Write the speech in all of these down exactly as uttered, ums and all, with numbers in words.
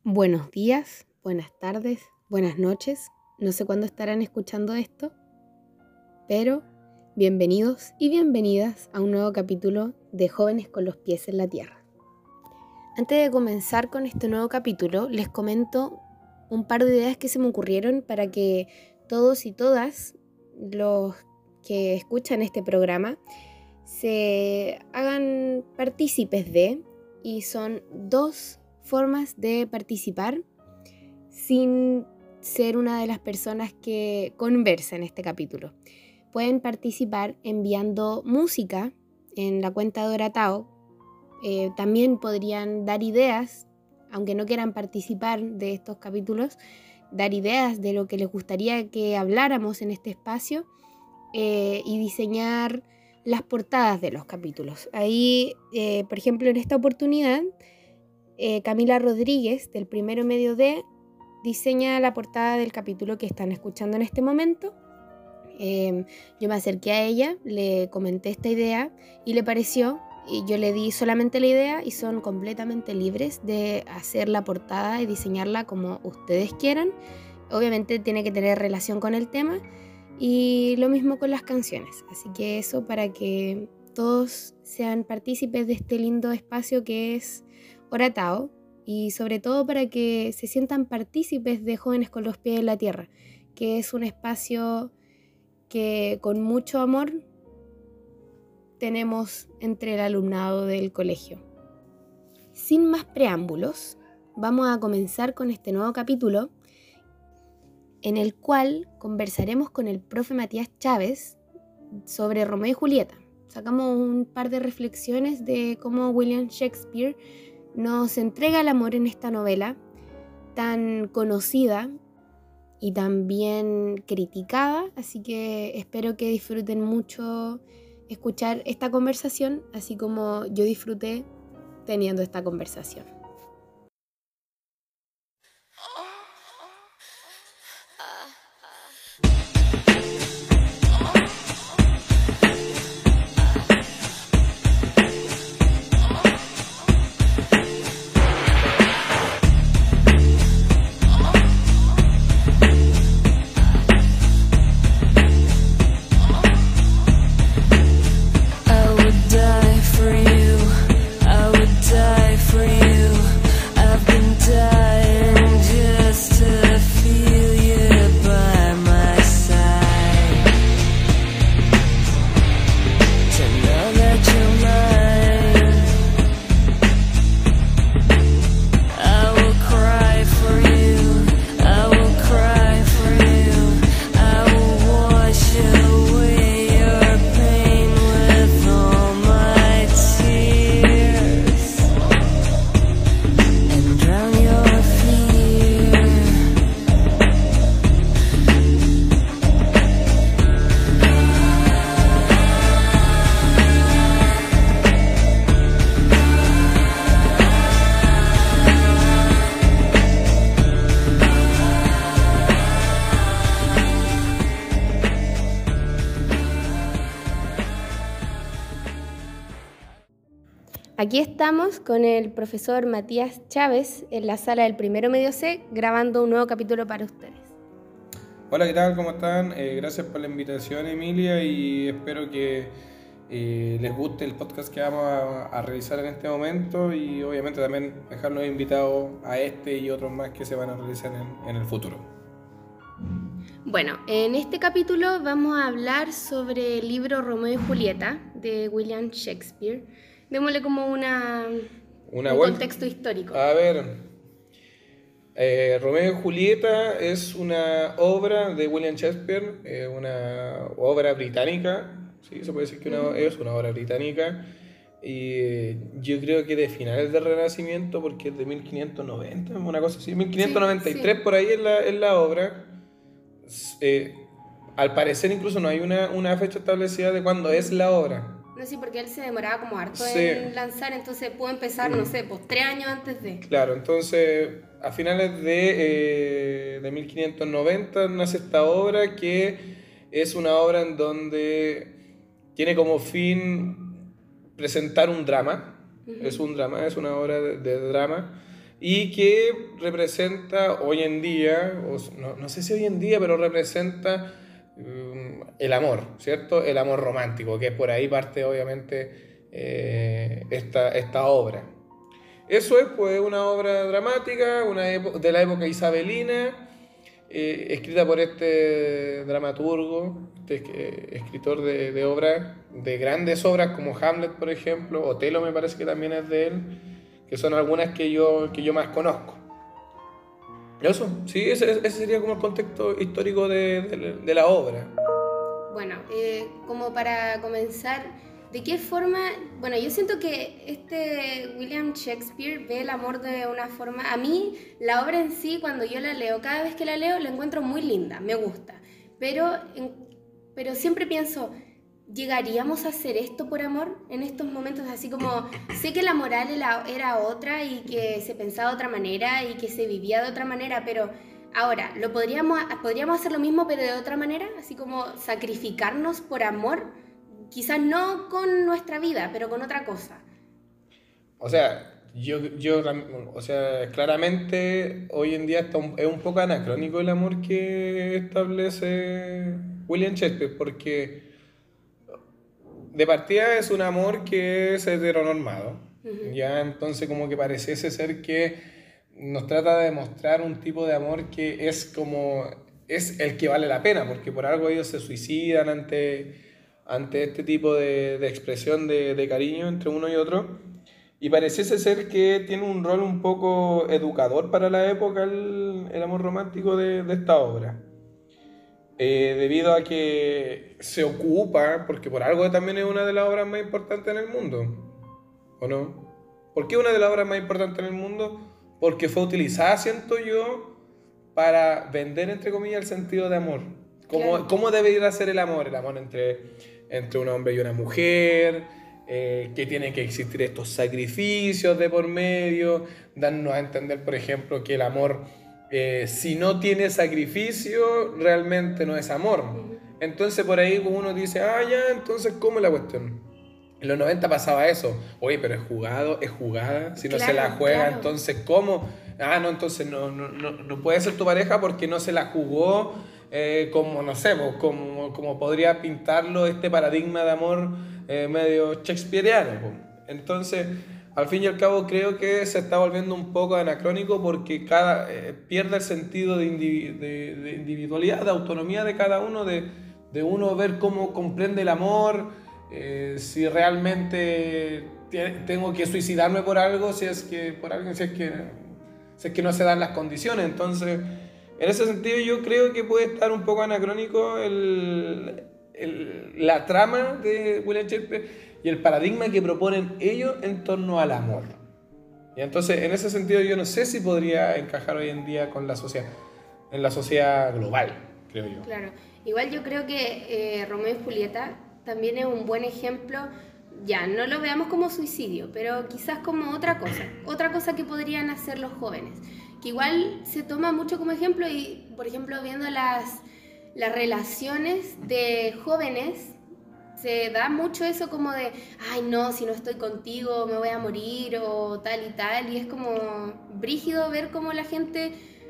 Buenos días, buenas tardes, buenas noches. No sé cuándo estarán escuchando esto, pero bienvenidos y bienvenidas a un nuevo capítulo de Jóvenes con los pies en la tierra. Antes de comenzar con este nuevo capítulo, les comento un par de ideas que se me ocurrieron para que todos y todas los que escuchan este programa se hagan partícipes de, y son dos formas de participar sin ser una de las personas que conversa en este capítulo. Pueden participar enviando música en la cuenta de Oratao. Eh, también podrían dar ideas, aunque no quieran participar de estos capítulos, dar ideas de lo que les gustaría que habláramos en este espacio eh, y diseñar las portadas de los capítulos. Ahí, eh, por ejemplo, en esta oportunidad, eh, Camila Rodríguez, del Primero Medio D, diseña la portada del capítulo que están escuchando en este momento. Eh, yo me acerqué a ella, le comenté esta idea y le pareció, y yo le di solamente la idea y son completamente libres de hacer la portada y diseñarla como ustedes quieran. Obviamente tiene que tener relación con el tema y lo mismo con las canciones. Así que eso, para que todos sean partícipes de este lindo espacio que es Oratao, y sobre todo para que se sientan partícipes de Jóvenes con los pies en la tierra, que es un espacio que con mucho amor tenemos entre el alumnado del colegio. Sin más preámbulos, vamos a comenzar con este nuevo capítulo en el cual conversaremos con el profe Matías Chávez sobre Romeo y Julieta. Sacamos un par de reflexiones de cómo William Shakespeare nos entrega el amor en esta novela tan conocida y también criticada, así que espero que disfruten mucho escuchar esta conversación, así como yo disfruté teniendo esta conversación. Aquí estamos con el profesor Matías Chávez en la sala del Primero Medio C grabando un nuevo capítulo para ustedes. Hola, ¿qué tal? ¿Cómo están? Eh, gracias por la invitación, Emilia, y espero que eh, les guste el podcast que vamos a, a realizar en este momento y obviamente también dejarlos invitados a este y otros más que se van a realizar en, en el futuro. Bueno, en este capítulo vamos a hablar sobre el libro Romeo y Julieta de William Shakespeare. Démosle como una, una un vuelta. contexto histórico. A ver, eh, Romeo y Julieta es una obra de William Shakespeare, eh, una obra británica, sí, se puede decir que una, uh-huh. es una obra británica, y eh, yo creo que de finales del Renacimiento, porque es de mil quinientos noventa, una cosa así, mil quinientos noventa y tres sí, sí. Por ahí en la, en la obra. Eh, al parecer incluso no hay una, una fecha establecida de cuándo es la obra. No sé, porque él se demoraba como harto sí. en lanzar, entonces pudo empezar, no sé, pues tres años antes de... Claro, entonces a finales de, eh, de mil quinientos noventa nace esta obra, que es una obra en donde tiene como fin presentar un drama, uh-huh. es un drama, es una obra de, de drama, y que representa hoy en día, o no, no sé si hoy en día, pero representa um, el amor, ¿cierto? El amor romántico, que por ahí parte obviamente eh, esta, esta obra. Eso es pues una obra dramática, una de la época isabelina, eh, escrita por este dramaturgo, este eh, escritor de, de obras, de grandes obras como Hamlet, por ejemplo, Otelo me parece que también es de él, que son algunas que yo, que yo más conozco. Eso, sí, ese, ese sería como el contexto histórico de, de, de la obra. Bueno, eh, como para comenzar, ¿de qué forma? Bueno, yo siento que este William Shakespeare ve el amor de una forma... A mí, la obra en sí, cuando yo la leo, cada vez que la leo, la encuentro muy linda, me gusta. Pero, en, pero siempre pienso, ¿llegaríamos a hacer esto por amor en estos momentos? Así como, sé que la moral era otra y que se pensaba de otra manera y que se vivía de otra manera, pero... Ahora, ¿lo podríamos, podríamos hacer lo mismo pero de otra manera? Así como sacrificarnos por amor, quizás no con nuestra vida, pero con otra cosa. O sea, yo, yo o sea, claramente hoy en día está un, es un poco anacrónico el amor que establece William Shakespeare, porque de partida es un amor que es heteronormado, uh-huh. Ya, entonces como que pareciese ser que nos trata de demostrar un tipo de amor que es como, es el que vale la pena, porque por algo ellos se suicidan ante, ante este tipo de, de expresión de, de cariño entre uno y otro, y pareciese ser que tiene un rol un poco educador para la época el, el amor romántico de, de esta obra, eh, debido a que se ocupa, porque por algo también es una de las obras más importantes en el mundo, ¿o no? ¿Por qué una de las obras más importantes en el mundo? Porque fue utilizada, siento yo, para vender, entre comillas, el sentido de amor. ¿Cómo, claro. ¿Cómo debería ser el amor? El amor entre, entre un hombre y una mujer, eh, que tienen que existir estos sacrificios de por medio, darnos a entender, por ejemplo, que el amor, eh, si no tiene sacrificio, realmente no es amor. Entonces por ahí uno dice, ah, ya, entonces, ¿cómo es la cuestión? En los noventa pasaba eso. Oye, pero es jugado, es jugada. Si no claro, se la juega, claro. Entonces, ¿cómo? Ah, no, entonces no, no, no, no puede ser tu pareja porque no se la jugó, eh, como, no sé, como, como podría pintarlo este paradigma de amor eh, medio shakespeareano. Entonces, al fin y al cabo, creo que se está volviendo un poco anacrónico porque cada, eh, pierde el sentido de, individu- de, de individualidad, de autonomía de cada uno, de, de uno ver cómo comprende el amor. Eh, si realmente tengo que suicidarme por algo, si es que por algo, si es que, si es que no se dan las condiciones. Entonces, en ese sentido yo creo que puede estar un poco anacrónico el, el, la trama de William Shakespeare y el paradigma que proponen ellos en torno al amor. Y entonces, en ese sentido yo no sé si podría encajar hoy en día con la sociedad, en la sociedad global, creo yo. Claro, igual yo creo que eh, Romeo y Julieta también es un buen ejemplo, ya no lo veamos como suicidio, pero quizás como otra cosa, otra cosa que podrían hacer los jóvenes, que igual se toma mucho como ejemplo y, por ejemplo, viendo las, las relaciones de jóvenes, se da mucho eso como de, ay no, si no estoy contigo me voy a morir o tal y tal, y es como brígido ver cómo la gente...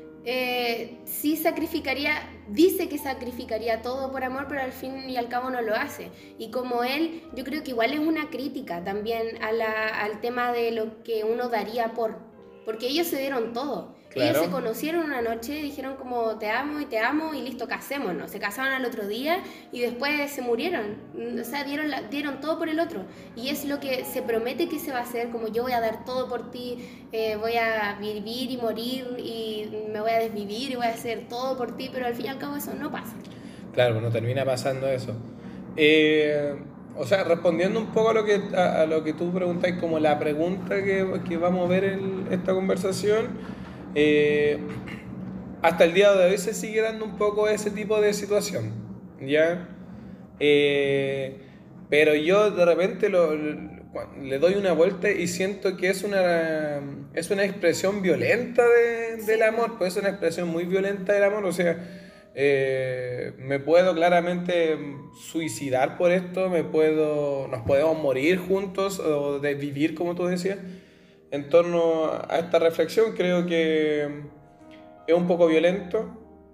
Eh, sí sacrificaría, dice que sacrificaría todo por amor, pero al fin y al cabo no lo hace. Y como él, yo creo que igual es una crítica también a la, al tema de lo que uno daría por, porque ellos se dieron todo. Claro. Ellos se conocieron una noche, dijeron como te amo y te amo y listo, casémonos. Se casaron al otro día y después se murieron. O sea, dieron, la, dieron todo por el otro. Y es lo que se promete que se va a hacer, como yo voy a dar todo por ti, eh, voy a vivir y morir y me voy a desvivir y voy a hacer todo por ti, pero al fin y al cabo eso no pasa. Claro, no termina pasando eso. Eh... O sea, respondiendo un poco a lo que, a, a lo que tú preguntáis, como la pregunta que, que vamos a ver en esta conversación, eh, hasta el día de hoy se sigue dando un poco ese tipo de situación, ¿ya? Eh, pero yo de repente lo, le doy una vuelta y siento que es una, es una expresión violenta de, del amor, pues es una expresión muy violenta del amor, o sea... Eh, me puedo claramente suicidar por esto, me puedo, nos podemos morir juntos o desvivir, como tú decías. en torno a esta reflexión. Creo que es un poco violento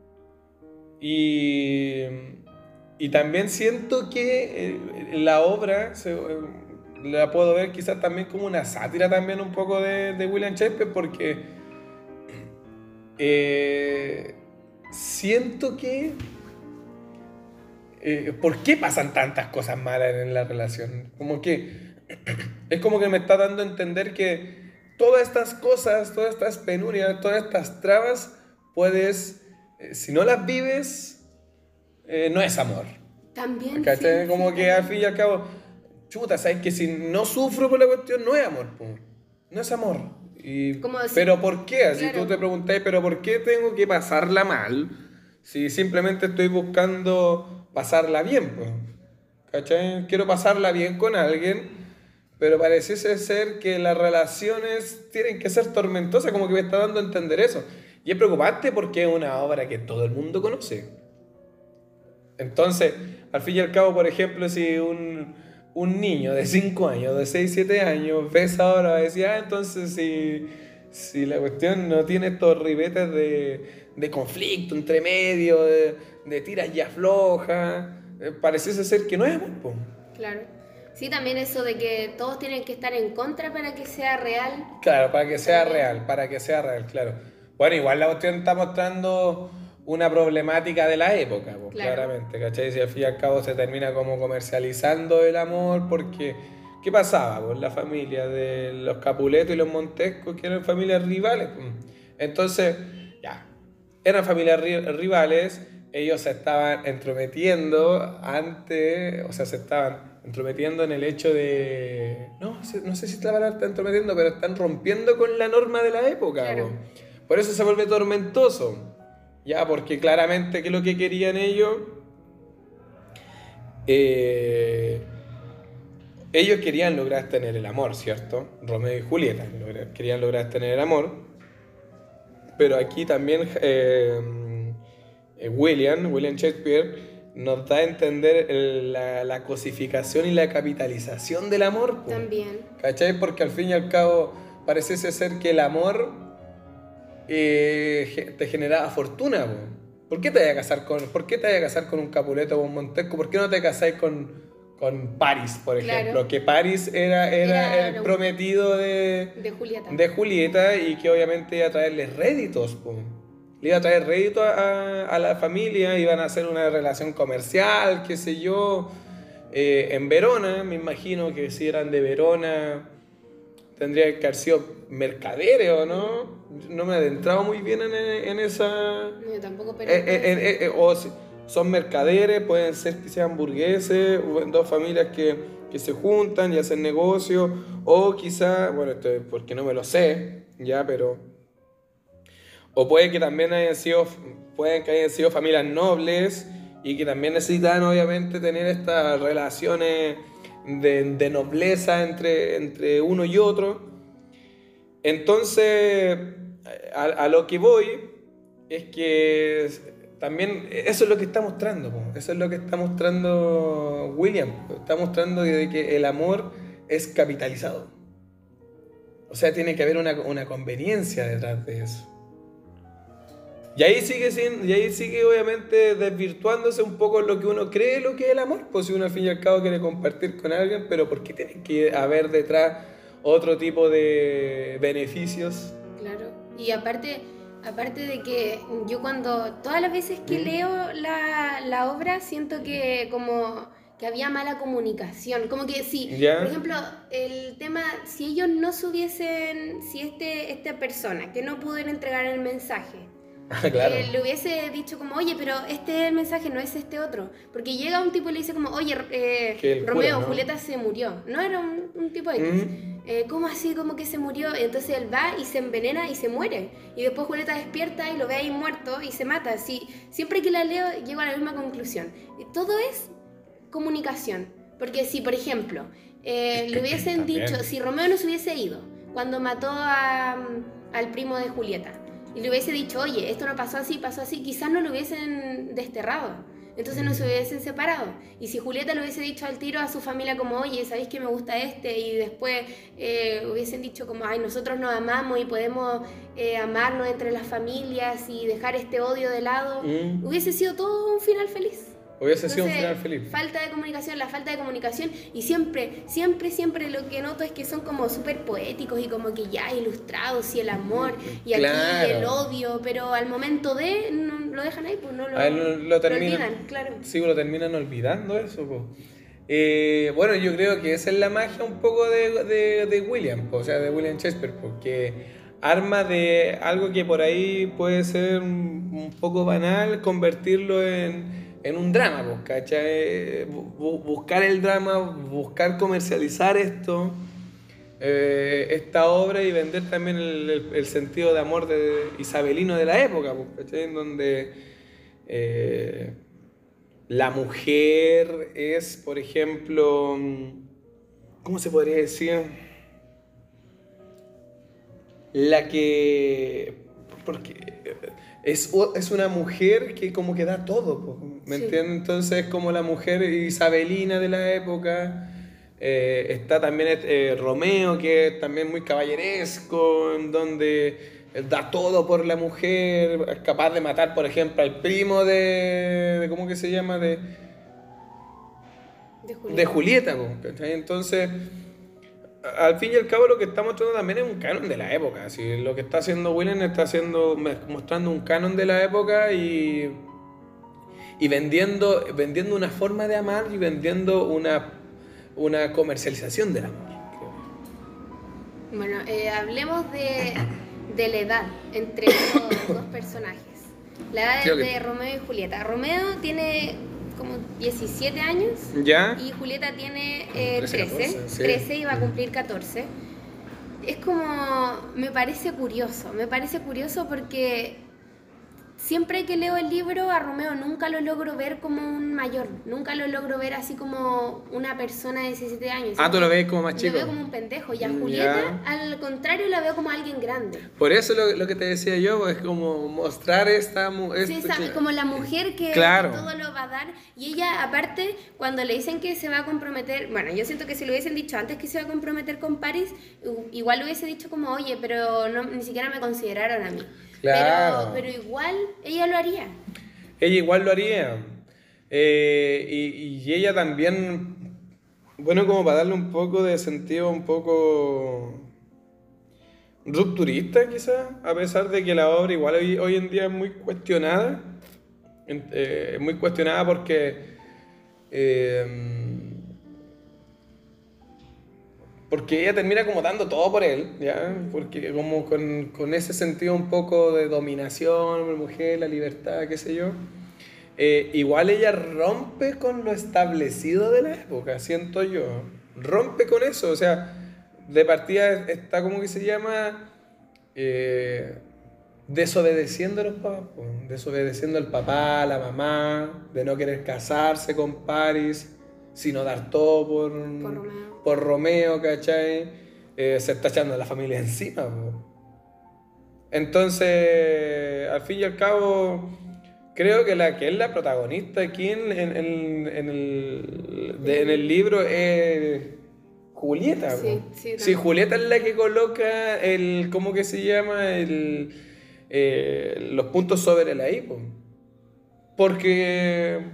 y, y también siento que la obra se, la puedo ver quizás también como una sátira también un poco de, de William Shakespeare, porque eh, siento que eh, ¿por qué pasan tantas cosas malas en la relación? Como que es como que me está dando a entender que todas estas cosas, todas estas penurias, todas estas trabas, puedes, eh, si no las vives, eh, no es amor. También, ¿Cachai? sí, Como sí, que al fin y al cabo, chuta, ¿sabes? Que si no sufro por la cuestión, no es amor, po. No es amor. Y, Como si- pero ¿por qué? Así claro. tú te preguntas, ¿pero por qué tengo que pasarla mal si simplemente estoy buscando pasarla bien, po? ¿Cachai? Quiero pasarla bien con alguien, pero pareciese ser que las relaciones tienen que ser tormentosas, como que me está dando a entender eso. Y es preocupante porque es una obra que todo el mundo conoce. Entonces, al fin y al cabo, por ejemplo, si un, un niño de cinco años, de seis siete años, ves ahora, va a decir, ah, entonces si, si la cuestión no tiene estos ribetes de, de conflicto entre medio, de, de tiras y aflojas, eh, pareciese ser que no es amor, po. Claro. Sí, también eso de que todos tienen que estar en contra para que sea real. Claro, para que sea real, para que sea real, claro. Bueno, igual la cuestión está mostrando una problemática de la época, pues, Claro. claramente, ¿cachai? Si al fin y al cabo se termina como comercializando el amor, porque ¿qué pasaba? Pues la familia de los Capuletos y los Montescos, que eran familias rivales, pues. Entonces, ya, eran familias ri- rivales, ellos se estaban entrometiendo antes, o sea, se estaban entrometiendo en el hecho de... No, sé- no sé si la palabra está entrometiendo, pero están rompiendo con la norma de la época, Claro. po. Por eso se vuelve tormentoso. Ya, porque claramente, ¿qué es lo que querían ellos? Eh, ellos querían lograr tener el amor, ¿cierto? Romeo y Julieta logra- querían lograr tener el amor. Pero aquí también eh, eh, William, William Shakespeare, nos da a entender el- la, la cosificación y la capitalización del amor, po. También. ¿Cachai? Porque al fin y al cabo pareciese ser que el amor eh, ge- te generaba fortuna, po. ¿Por qué te vayas a casar con, por qué te vayas a casar con un Capuleto o un Montesco? ¿Por qué no te casáis con, con Paris, por Claro. ejemplo? Que Paris era, era, Era el un- prometido de, De Julieta. de Julieta y que obviamente iba a traerle réditos, po. Le iba a traer rédito a, a la familia, iban a hacer una relación comercial, qué sé yo, eh, en Verona, me imagino que si eran de Verona, tendría que haber sido mercaderes o no. No me he adentrado muy bien en, en esa... No, yo tampoco, pero. Eh, eh, eh, eh, o si son mercaderes, pueden ser que sean burgueses, o dos familias que, que se juntan y hacen negocio, o quizá, bueno, esto es porque no me lo sé, ya, pero... O puede que también hayan sido, pueden que hayan sido familias nobles y que también necesitan obviamente tener estas relaciones de, de nobleza entre, entre uno y otro. Entonces, a, a lo que voy es que también eso es lo que está mostrando, po. Eso es lo que está mostrando William. Está mostrando de que el amor es capitalizado. O sea, tiene que haber una, una conveniencia detrás de eso. Y ahí sigue sin, y ahí sigue obviamente desvirtuándose un poco lo que uno cree lo que es el amor, pues si uno al fin y al cabo quiere compartir con alguien, pero ¿por qué tiene que haber detrás otro tipo de beneficios? Claro. Y aparte, aparte de que yo cuando, todas las veces que ¿Mm? leo la, la obra, siento que como que había mala comunicación. Como que sí, ¿Ya? por ejemplo, el tema, si ellos no se hubiesen, si este, esta persona que no pudieron entregar el mensaje, Ah, claro. eh, le hubiese dicho como, oye, pero este es el mensaje, no es este otro. Porque llega un tipo y le dice como, oye, eh, Que el Romeo, cura, ¿no? Julieta se murió. No era un, un tipo X. ¿Mm? Eh, ¿Cómo así? ¿Cómo que se murió? Y entonces él va y se envenena y se muere. Y después Julieta despierta y lo ve ahí muerto y se mata. Sí, siempre que la leo llego a la misma conclusión. Todo es comunicación. Porque si, por ejemplo, eh, le hubiesen También. dicho, si Romeo no se hubiese ido cuando mató a, al primo de Julieta, y le hubiese dicho, oye, esto no pasó así, pasó así, quizás no lo hubiesen desterrado. Entonces no se hubiesen separado. Y si Julieta le hubiese dicho al tiro a su familia como, oye, ¿sabéis que me gusta este? Y después eh, hubiesen dicho como, ay, nosotros nos amamos y podemos eh, amarnos entre las familias y dejar este odio de lado, mm. hubiese sido todo un final feliz. Hubiese Entonces, sido un final feliz. Falta de comunicación, la falta de comunicación. Y siempre, siempre, siempre lo que noto es que son como súper poéticos y como que ya ilustrados y el amor y claro. aquí el odio, pero al momento de no, lo dejan ahí, pues no lo, ah, lo, lo, terminan, lo olvidan, claro. Sí, lo terminan olvidando eso, pues. Eh, bueno, yo creo que esa es la magia un poco de, de, de William, o sea, de William Shakespeare, porque arma de algo que por ahí puede ser un, un poco banal, convertirlo en en un drama, pues, ¿cachai? Buscar el drama, buscar comercializar esto, eh, esta obra y vender también el, el, el sentido de amor de isabelino de la época, pues, ¿cachai? En donde eh, la mujer es, por ejemplo, ¿cómo se podría decir? La que... porque es, es una mujer que como que da todo, ¿me sí. entiendes? Entonces es como la mujer isabelina de la época. Eh, está también eh, Romeo, que es también muy caballeresco, en donde da todo por la mujer, es capaz de matar, por ejemplo, al primo de... de ¿cómo que se llama? De, de Julieta. De Julieta, ¿cachai? Entonces... al fin y al cabo lo que está mostrando también es un canon de la época. Así, lo que está haciendo William está haciendo, mostrando un canon de la época y, y vendiendo, vendiendo una forma de amar y vendiendo una, una comercialización del amor. Bueno, eh, hablemos de, de la edad entre los dos personajes. La edad Creo de que... Romeo y Julieta. Romeo tiene como diecisiete años ¿Ya? Y Julieta tiene eh, trece, catorce, sí. trece y va a cumplir catorce. Es como, me parece curioso, me parece curioso porque siempre que leo el libro a Romeo nunca lo logro ver como un mayor, nunca lo logro ver así como una persona de diecisiete años. Ah, tú lo ves como más chico. Lo veo como un pendejo y a Julieta ya. Al contrario la veo como alguien grande. Por eso lo, lo que te decía yo es como mostrar esta mujer. Sí, esa, como la mujer que, claro. que todo lo va a dar y ella aparte cuando le dicen que se va a comprometer, bueno yo siento que si lo hubiesen dicho antes que se va a comprometer con Paris, igual lo hubiese dicho como oye pero no, ni siquiera me consideraron a mí. Claro. Pero, pero igual ella lo haría. Ella igual lo haría. Eh, y, y ella también, bueno, como para darle un poco de sentido un poco rupturista quizás, a pesar de que la obra igual hoy, hoy en día es muy cuestionada. Eh, muy cuestionada porque... Eh, porque ella termina como dando todo por él, ¿ya? Porque como con, con ese sentido un poco de dominación, la mujer, la libertad, qué sé yo. Eh, igual ella rompe con lo establecido de la época, siento yo. Rompe con eso, o sea, de partida está como que se llama eh, desobedeciendo a los papás, pues, desobedeciendo al papá, a la mamá, de no querer casarse con Paris, sino dar todo por... por Romeo. Por Romeo, ¿cachai? Eh, se está echando a la familia encima, po. Entonces, al fin y al cabo, creo que la que es la protagonista aquí en, en, en, en, el, de, en el libro es Julieta, po. Sí, sí, sí, Julieta es la que coloca el, ¿cómo que se llama? El, eh, los puntos sobre la I, po. Porque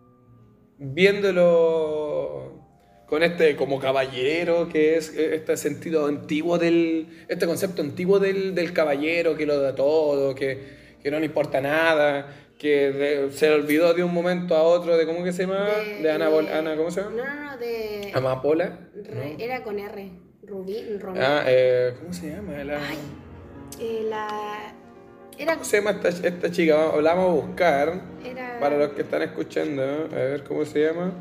viéndolo con este como caballero, que es este sentido antiguo del, este concepto antiguo del, del caballero que lo da todo, que, que no le importa nada, que de, se olvidó de un momento a otro de, ¿cómo que se llama? De, de Ana, de, Ana, ¿cómo se llama? No, no, no, de... Amapola. Re, ¿no? Era con R, Rubí, Romeo. Ah, eh, ¿cómo se llama? La... Ay, eh, la... Era... ¿Cómo se llama esta, esta chica? La vamos a buscar, Era... para los que están escuchando, a ver cómo se llama.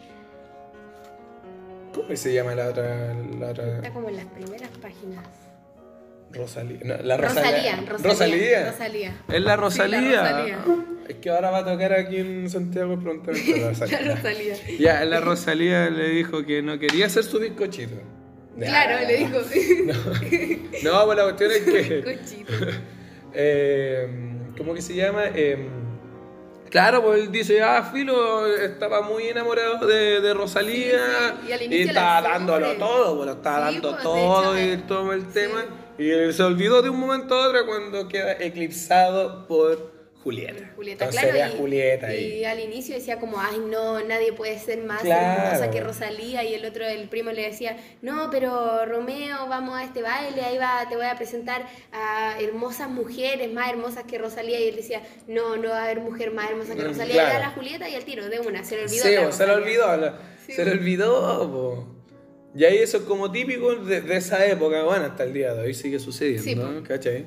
¿Cómo se llama la otra, la otra? Está como en las primeras páginas. Rosalía. No, la Rosalía. Rosalía. Rosalía. Rosalía. Rosalía. Es la Rosalía. Sí, la Rosalía. Es que ahora va a tocar aquí en Santiago prontamente la Rosalía. La Rosalía. Ya, la Rosalía le dijo que no quería hacer su bizcochito. Claro, ah, le dijo. No, no, pues la cuestión es que... Bizcochito. eh, ¿Cómo que se llama? Eh, Claro, pues él dice, ah, Filo estaba muy enamorado de, de Rosalía, sí, sí. Y al y, inicio estaba la dándolo sufre. todo, pues lo estaba Sí, dando pues, de todo hecho, y eh, todo el sí. tema, y él se olvidó de un momento a otro cuando queda eclipsado por Julieta. Julieta, Entonces claro, ve a y, Julieta ahí. y al inicio decía como, ay no, nadie puede ser más Claro. hermosa que Rosalía, y el otro, el primo le decía, no, pero Romeo, vamos a este baile, ahí va, te voy a presentar a hermosas mujeres, más hermosas que Rosalía, y él decía, no, no va a haber mujer más hermosa que Rosalía, Claro. y era la Julieta y al tiro, de una, se le olvidó. Sí, la pues, se le Rosalía. olvidó, la- Sí, se le pues. olvidó, po. Y ahí eso es como típico de, de esa época, bueno, hasta el día de hoy sigue sucediendo, Sí, ¿no? po. ¿Cachai?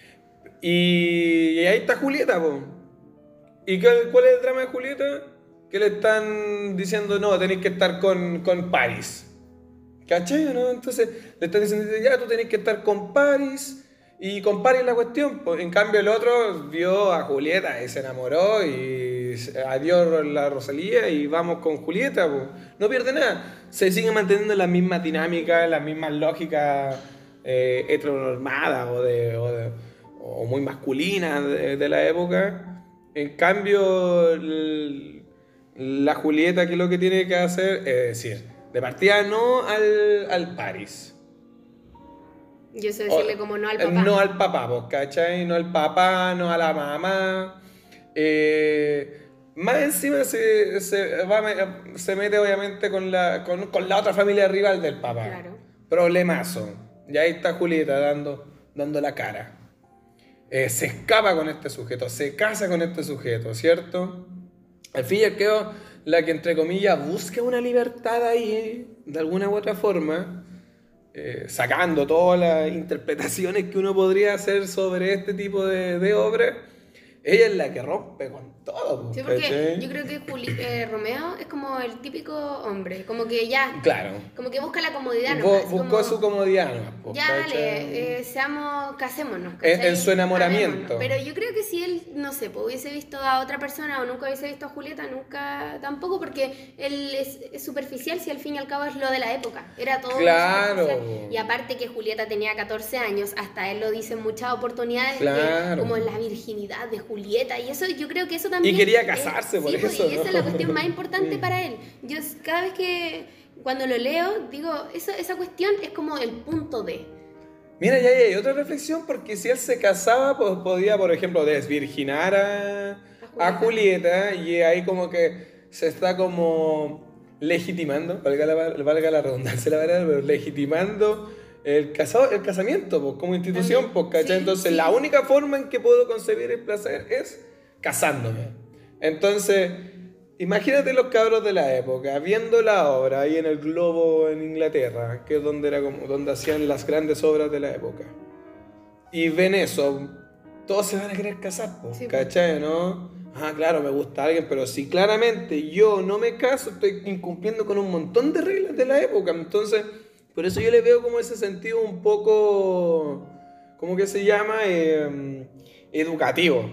Y, y ahí está Julieta, po. ¿Y qué- cuál es el drama de Julieta? Que le están diciendo, no, tenéis que estar con, con Paris. ¿Cachai? ¿No? Entonces le están diciendo, ya, tú tenés que estar con Paris. Y con Paris la cuestión. Pues, en cambio el otro vio a Julieta y se enamoró y adiós la Rosalía y vamos con Julieta. Pues. No pierde nada. Se sigue manteniendo las mismas dinámicas, las mismas lógicas eh, heteronormadas o, de, o, de- o muy masculinas de, de la época. En cambio, el- la Julieta que lo que tiene que hacer es decir, de partida no al, al Paris. Yo sé decirle O- como no al eh, papá. No al papá, pues, ¿cachai? No al papá, no a la mamá. Eh, más encima se, se, va a me- se mete obviamente con la, con, con la otra familia rival del papá. Claro. Problemazo. Y ahí está Julieta dando, dando la cara. Eh, se escapa con este sujeto, se casa con este sujeto, ¿cierto? Al fin y al cabo, la que entre comillas busca una libertad ahí, de alguna u otra forma, eh, sacando todas las interpretaciones que uno podría hacer sobre este tipo de, de obras, ella es la que rompe con todo. Sí, porque ¿cachai? yo creo que Juli- eh, Romeo es como el típico hombre, como que ya, Claro. como que busca la comodidad Bu- nomás. buscó como, su comodidad nomás, po, ya, ¿cachai? dale, eh, seamos, casémonos, En- ¿cachai? en su enamoramiento. Amémonos. Pero yo creo que si él, no sé, pues, hubiese visto a otra persona o nunca hubiese visto a Julieta, nunca tampoco, porque él es, es superficial, si al fin y al cabo es lo de la época. Era todo muy Claro. superficial. Y aparte que Julieta tenía catorce años, hasta él lo dice en muchas oportunidades, Claro. que, como la virginidad de Julieta, y eso yo creo que eso también... Y quería es- casarse por sí, pues, eso, y esa ¿no? es la cuestión más importante Mm. para él. Yo cada vez que, cuando lo leo, digo, eso, esa cuestión es como el punto de... Mira, ya hay otra reflexión, porque si él se casaba, pues podía, por ejemplo, desvirginar a, a Julieta, y ahí como que se está como legitimando, valga la, valga la redundancia la verdad, pero legitimando el, casado, el casamiento pues, como institución, También. pues, ¿cachai? Sí, Entonces sí. la única forma en que puedo concebir el placer es casándome. Entonces, imagínate los cabros de la época viendo la obra ahí en el Globo en Inglaterra, que es donde, era como, donde hacían las grandes obras de la época. Y ven eso, todos se van a querer casar, po, Sí, po. ¿cachai? ¿No? Ah, claro, me gusta alguien, pero si claramente yo no me caso, estoy incumpliendo con un montón de reglas de la época. Entonces, por eso yo le veo como ese sentido un poco, ¿cómo que se llama? Eh, educativo.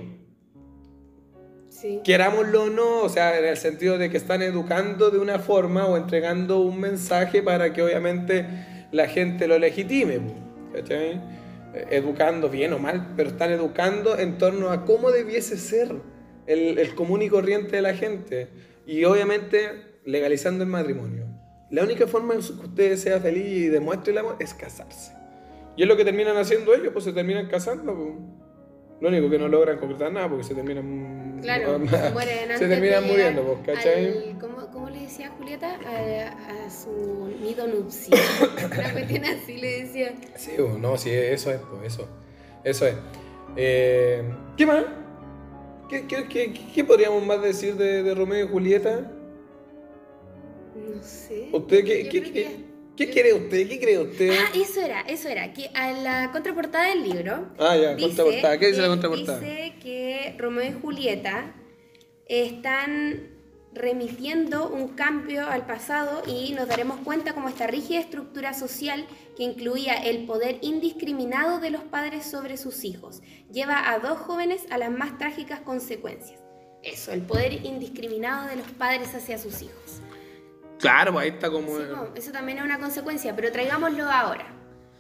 Sí. Querámoslo o no, o sea, en el sentido de que están educando de una forma o entregando un mensaje para que obviamente la gente lo legitime, ¿cachai? Eh, Educando bien o mal, pero están educando en torno a cómo debiese ser el, el común y corriente de la gente. Y obviamente legalizando el matrimonio. La única forma en que usted sea feliz y demuestre el amor es casarse. Y es lo que terminan haciendo ellos, pues se terminan casando, pues. Lo único que no logran concretar nada porque se terminan, Claro, se mueren antes se terminan de muriendo, llegar pues, ¿cachai? al- ¿cómo, ¿Cómo le decía Julieta? A, a su nido nupcial. Una cuestión así le decía. Sí, pues, no, sí, eso es, pues, eso, eso es. Eh, ¿Qué más? ¿Qué, qué, qué, qué podríamos más decir de, de Romeo y Julieta? No sé. ¿Usted qué, Yo qué, creo qué, que- qué yo- quiere usted? ¿Qué cree usted? Ah, eso era, eso era, que a la contraportada del libro Ah, ya, contraportada. ¿Qué dice la que- contraportada? Dice que Romeo y Julieta están remitiendo un cambio al pasado y nos daremos cuenta cómo esta rígida estructura social que incluía el poder indiscriminado de los padres sobre sus hijos lleva a dos jóvenes a las más trágicas consecuencias. Eso, el poder indiscriminado de los padres hacia sus hijos. Claro, pues ahí está como... Sí, no, eso también es una consecuencia, pero traigámoslo ahora.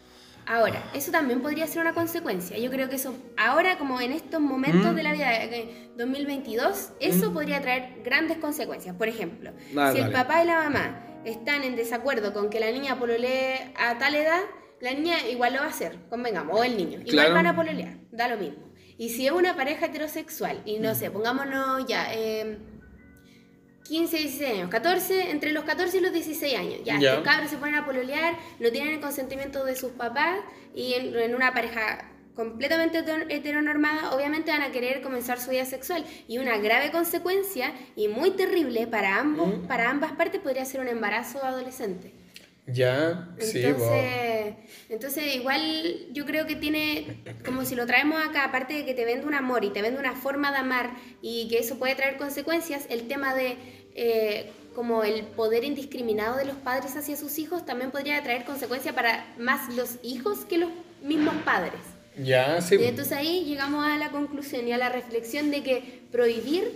Ahora, eso también podría ser una consecuencia. Yo creo que eso, ahora como en estos momentos Mm. de la vida, eh, dos mil veintidós, eso Mm. podría traer grandes consecuencias. Por ejemplo, Ah, si el dale. papá y la mamá están en desacuerdo con que la niña pololee a tal edad, la niña igual lo va a hacer, convengamos, o el niño. Igual Claro. van a pololear, da lo mismo. Y si es una pareja heterosexual, y no sé, pongámonos ya... Eh, quince, dieciséis años, catorce, entre los catorce y los dieciséis años. Ya, Ya. estos cabros se ponen a pololear, no tienen el consentimiento de sus papás y en, en una pareja completamente heteronormada, obviamente van a querer comenzar su vida sexual. Y una grave consecuencia y muy terrible para, ambos, Mm. para ambas partes podría ser un embarazo adolescente. Ya, sí, po. Entonces, entonces igual yo creo que tiene, como si lo traemos acá, aparte de que te vende un amor y te vende una forma de amar y que eso puede traer consecuencias, el tema de eh, como el poder indiscriminado de los padres hacia sus hijos también podría traer consecuencias para más los hijos que los mismos padres. Ya, sí. Y entonces ahí llegamos a la conclusión y a la reflexión de que prohibir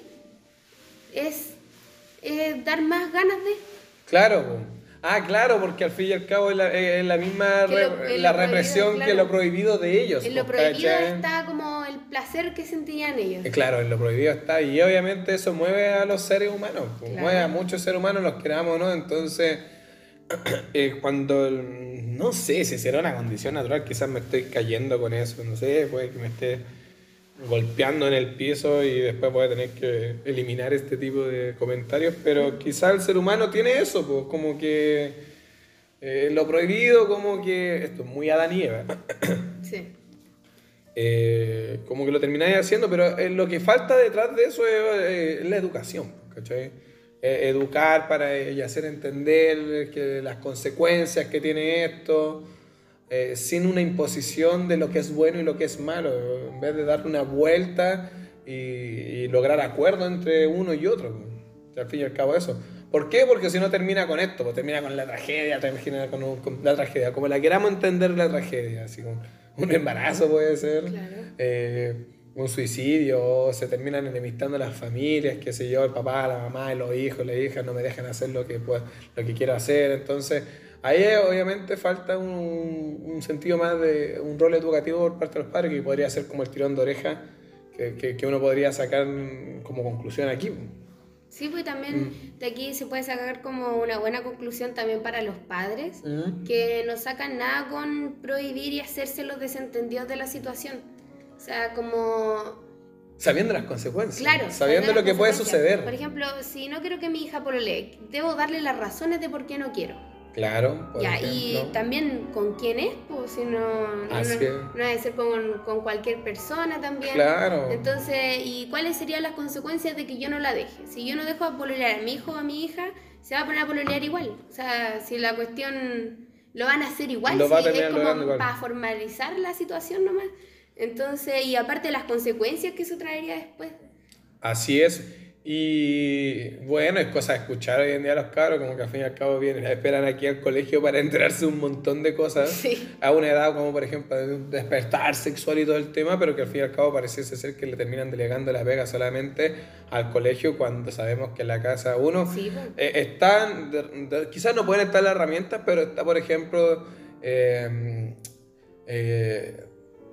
es, es dar más ganas de... Claro, po. Ah, claro, porque al fin y al cabo es la, es la misma Que lo- re- es la lo represión prohibido, que claro. lo prohibido de ellos. En lo po, prohibido ¿cachai? está como el placer que sentían ellos. Eh, Claro, en lo prohibido está, y obviamente eso mueve a los seres humanos, pues, Claro. mueve a muchos seres humanos, los queramos o no, entonces eh, cuando, el- no sé si será una condición natural, quizás me estoy cayendo con eso, no sé, puede que me esté golpeando en el piso y después voy a tener que eliminar este tipo de comentarios, pero quizás el ser humano tiene eso, pues como que eh, lo prohibido, como que, esto es muy Adán y Eva, Sí. eh, como que lo termináis haciendo, pero eh, lo que falta detrás de eso es, eh, es la educación, ¿cachai? Eh, educar para eh, hacer entender que las consecuencias que tiene esto, eh, sin una imposición de lo que es bueno y lo que es malo, en vez de dar una vuelta y, y lograr acuerdo entre uno y otro, pues. Al fin y al cabo eso. ¿Por qué? Porque si no termina con esto, pues termina con la tragedia, termina con, un- con la tragedia, como la queramos entender la tragedia, así como un embarazo puede ser, Claro. eh, un suicidio, o se terminan enemistando las familias, qué sé yo, el papá, la mamá, los hijos, las hijas no me dejan hacer lo que, puedo- lo que quiero hacer, entonces ahí obviamente falta un, un sentido más de un rol educativo por parte de los padres que podría ser como el tirón de oreja que, que, que uno podría sacar como conclusión aquí. Sí, pues también de aquí se puede sacar como una buena conclusión también para los padres, Mm. que no sacan nada con prohibir y hacerse los desentendidos de la situación. O sea, como... Sabiendo las consecuencias, Claro, sabiendo las lo que puede consecuencias. suceder. Por ejemplo, si no quiero que mi hija pololee, debo darle las razones de por qué no quiero. Claro, por Ya, ejemplo. y también con quién es, pues si no, no, Así no, es. no debe ser con, con cualquier persona también. Claro. Entonces, ¿y cuáles serían las consecuencias de que yo no la deje? Si yo no dejo a pololear a mi hijo o a mi hija, se va a poner a pololear igual. O sea, si la cuestión lo van a hacer igual, Lo va a si es terminar logrando como igual. para formalizar la situación nomás. Entonces, y aparte las consecuencias que eso traería después. Así es. Y bueno, es cosa de escuchar hoy en día a los cabros, como que al fin y al cabo vienen, esperan aquí al colegio para enterarse de un montón de cosas Sí. a una edad como por ejemplo despertar sexual y todo el tema, pero que al fin y al cabo pareciese ser que le terminan delegando la pega solamente al colegio cuando sabemos que en la casa uno Sí, pues. eh, están, de- de- quizás no pueden estar las herramientas, pero está por ejemplo eh, eh,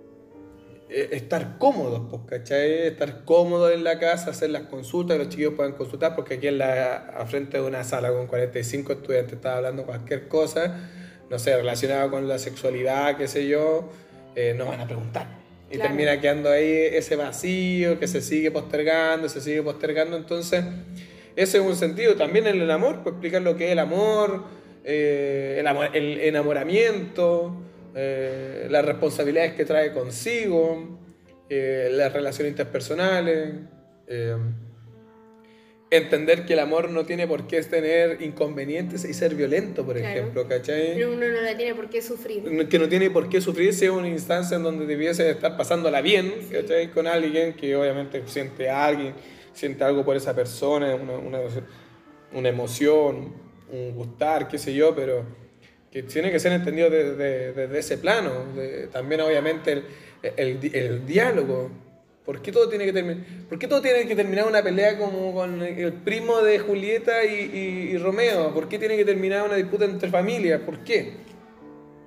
eh, estar cómodos, pues, ¿cachai? Estar cómodos en la casa, hacer las consultas, que los chiquillos puedan consultar, porque aquí en la, a frente de una sala con cuarenta y cinco estudiantes estaba hablando cualquier cosa, no sé, relacionada con la sexualidad, qué sé yo, eh, nos van a preguntar. Y Claro. termina quedando ahí ese vacío que se sigue postergando, se sigue postergando, entonces ese es un sentido. También en el amor, pues explicar lo que es el amor, eh, el, amor el enamoramiento, eh, las responsabilidades que trae consigo, eh, las relaciones interpersonales, eh, entender que el amor no tiene por qué tener inconvenientes y ser violento, por Claro. ejemplo, ¿cachai? Pero uno no la tiene por qué sufrir. Que no tiene por qué sufrir si es una instancia en donde debiese estar pasándola bien, Sí. ¿cachai? Con alguien que obviamente siente a alguien, siente algo por esa persona, una, una, una emoción, un gustar, qué sé yo, pero que tiene que ser entendido desde de, de, de ese plano. De, también obviamente el, el, el diálogo. ¿Por qué todo tiene que terminar? ¿Por qué todo tiene que terminar una pelea como con el primo de Julieta y, y, y Romeo? ¿Por qué tiene que terminar una disputa entre familias? ¿Por qué?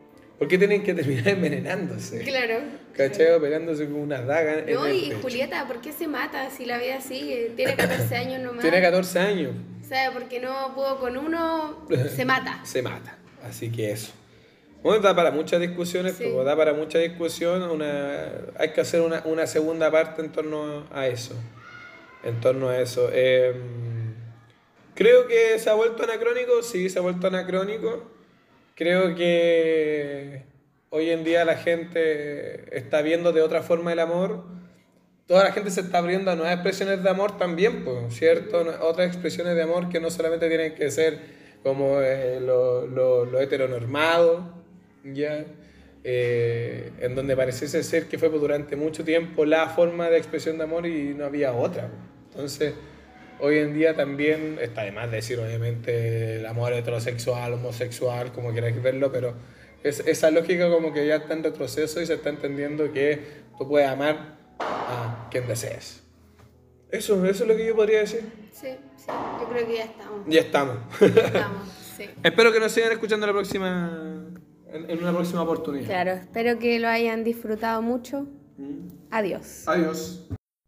¿Por qué tienen que terminar envenenándose? Claro. ¿Cachai? O pegándose con una daga en No, el y pecho. Julieta, ¿por qué se mata si la vida sigue? Tiene catorce años nomás. Tiene catorce años. O sea, porque no pudo con uno, se mata. Se mata. Así que eso. Bueno, da para muchas discusiones, Sí. pero da para mucha discusión. Una, hay que hacer una, una segunda parte en torno a eso. En torno a eso. Eh, creo que se ha vuelto anacrónico, sí, se ha vuelto anacrónico. Creo que hoy en día la gente está viendo de otra forma el amor. Toda la gente se está abriendo a nuevas expresiones de amor también, pues, ¿cierto? Otras expresiones de amor que no solamente tienen que ser como eh, lo, lo, lo heteronormado, ¿ya? Eh, en donde pareciese ser que fue por durante mucho tiempo la forma de expresión de amor y no había otra. Entonces, hoy en día también está de más decir, obviamente, el amor heterosexual, homosexual, como queráis verlo, pero es, esa lógica como que ya está en retroceso y se está entendiendo que tú puedes amar a quien desees. Eso, eso es lo que yo podría decir. Sí, sí, yo creo que ya estamos. Ya estamos. Ya estamos, sí. Espero que nos sigan escuchando la próxima, en, en una próxima oportunidad. Claro, espero que lo hayan disfrutado mucho. Adiós. Adiós.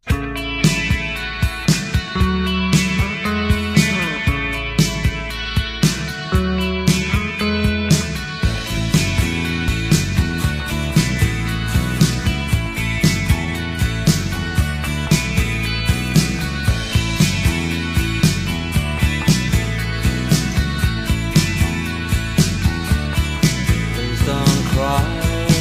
Please don't cry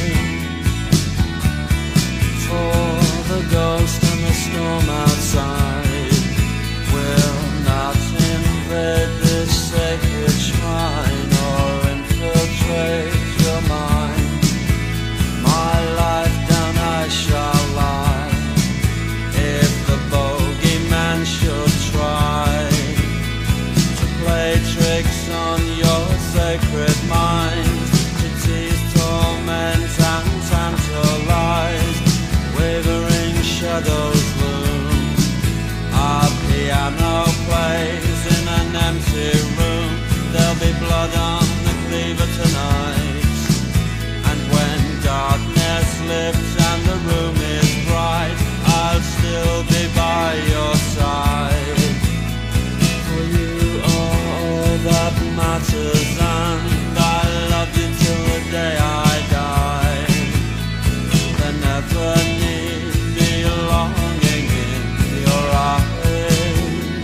for the ghost and the storm outside. Will not invade this sacred shrine or infiltrate your mind. My life down I shall lie if the bogeyman should try to play tricks on your sacred mind, to tease, torment and tantalize. Wavering shadows loom, our piano plays in an empty room. There'll be blood on the cleaver tonight, and when darkness lifts and the room is bright, I'll still be by your side. For you are all that matters, and I love you till the day I die. There never need be longing in your eyes,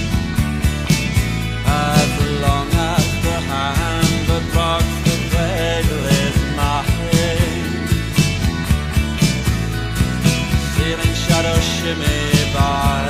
as long as the hand that rocks the cradle is mine. Ceiling shadows shimmy by.